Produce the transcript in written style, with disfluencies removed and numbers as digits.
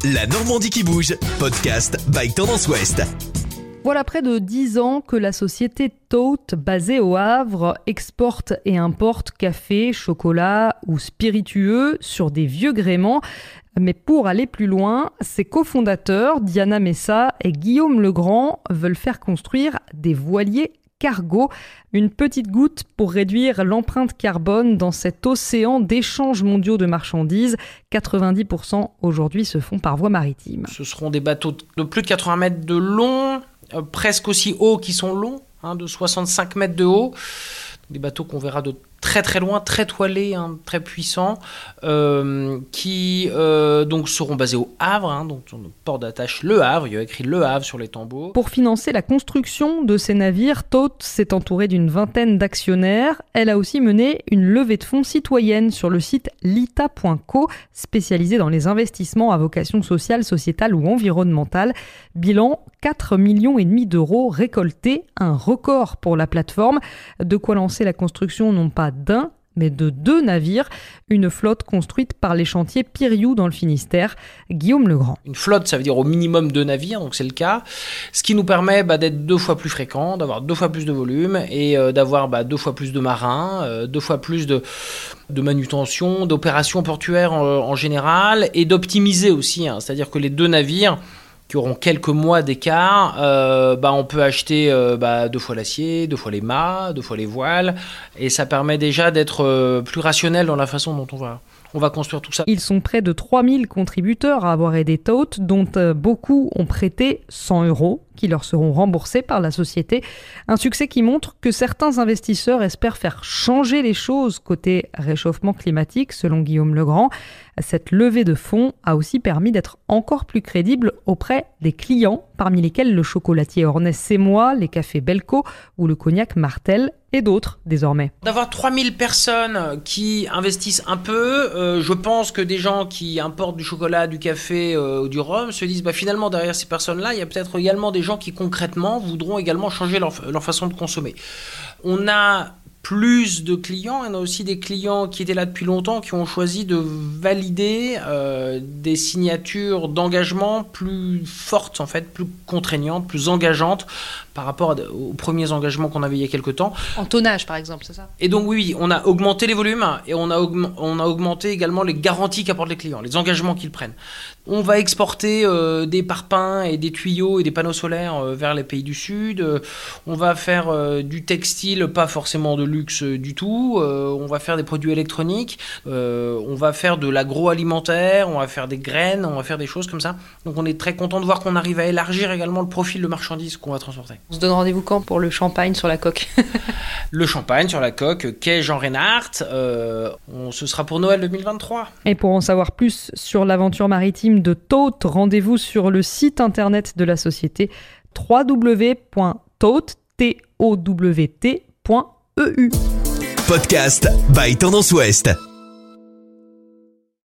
La Normandie qui bouge, podcast by Tendance Ouest. Voilà près de 10 ans que la société Tote, basée au Havre, exporte et importe café, chocolat ou spiritueux sur des vieux gréements. Mais pour aller plus loin, ses cofondateurs, Diana Messa et Guillaume Legrand, veulent faire construire des voiliers cargo, une petite goutte pour réduire l'empreinte carbone dans cet océan d'échanges mondiaux de marchandises. 90% aujourd'hui se font par voie maritime. Ce seront des bateaux de plus de 80 mètres de long, presque aussi hauts qu'ils sont longs, de 65 mètres de haut. Des bateaux qu'on verra de très très loin, très toilés, très puissants, qui donc seront basés au Havre, donc sur le port d'attache Le Havre. Il y a écrit Le Havre sur les tambours. Pour financer la construction de ces navires, Tote s'est entourée d'une vingtaine d'actionnaires. Elle a aussi mené une levée de fonds citoyenne sur le site lita.co, spécialisé dans les investissements à vocation sociale, sociétale ou environnementale. Bilan, 4,5 millions d'euros récoltés, un record pour la plateforme. De quoi lancer la construction non pas d'un, mais de 2 navires, une flotte construite par les chantiers Piriou dans le Finistère. Guillaume Legrand. Une flotte, ça veut dire au minimum 2 navires, donc c'est le cas, ce qui nous permet d'être 2 fois plus fréquents, d'avoir 2 fois plus de volume et d'avoir 2 fois plus de marins, 2 fois plus de manutention, d'opérations portuaires en général, et d'optimiser aussi, c'est-à-dire que les 2 navires qui auront quelques mois d'écart, on peut acheter 2 fois l'acier, 2 fois les mâts, 2 fois les voiles, et ça permet déjà d'être plus rationnel dans la façon dont on va construire tout ça. Ils sont près de 3000 contributeurs à avoir aidé Tote, dont beaucoup ont prêté 100 € qui leur seront remboursés par la société. Un succès qui montre que certains investisseurs espèrent faire changer les choses côté réchauffement climatique, selon Guillaume Legrand. Cette levée de fonds a aussi permis d'être encore plus crédible auprès des clients, parmi lesquels le chocolatier Ornès Sémois, les cafés Belco ou le cognac Martel et d'autres désormais. D'avoir 3000 personnes qui investissent un peu, je pense que des gens qui importent du chocolat, du café ou du rhum se disent finalement derrière ces personnes-là, il y a peut-être également des gens qui concrètement voudront également changer leur façon de consommer. On a plus de clients, on a aussi des clients qui étaient là depuis longtemps, qui ont choisi de valider des signatures d'engagement plus fortes, en fait, plus contraignantes, plus engageantes par rapport aux premiers engagements qu'on avait il y a quelques temps. En tonnage, par exemple, c'est ça ? Et donc oui, on a augmenté les volumes et on a augmenté également les garanties qu'apportent les clients, les engagements qu'ils prennent. On va exporter des parpaings et des tuyaux et des panneaux solaires vers les pays du Sud. On va faire du textile, pas forcément de luxe du tout. On va faire des produits électroniques. On va faire de l'agroalimentaire. On va faire des graines. On va faire des choses comme ça. Donc on est très content de voir qu'on arrive à élargir également le profil de marchandises qu'on va transporter. On se donne rendez-vous quand pour le champagne sur la coque ? Le champagne sur la coque, quai Jean Reinhardt. Ce sera pour Noël 2023. Et pour en savoir plus sur l'aventure maritime de Tote, rendez-vous sur le site internet de la société www.tote.eu. Podcast by Tendance Ouest.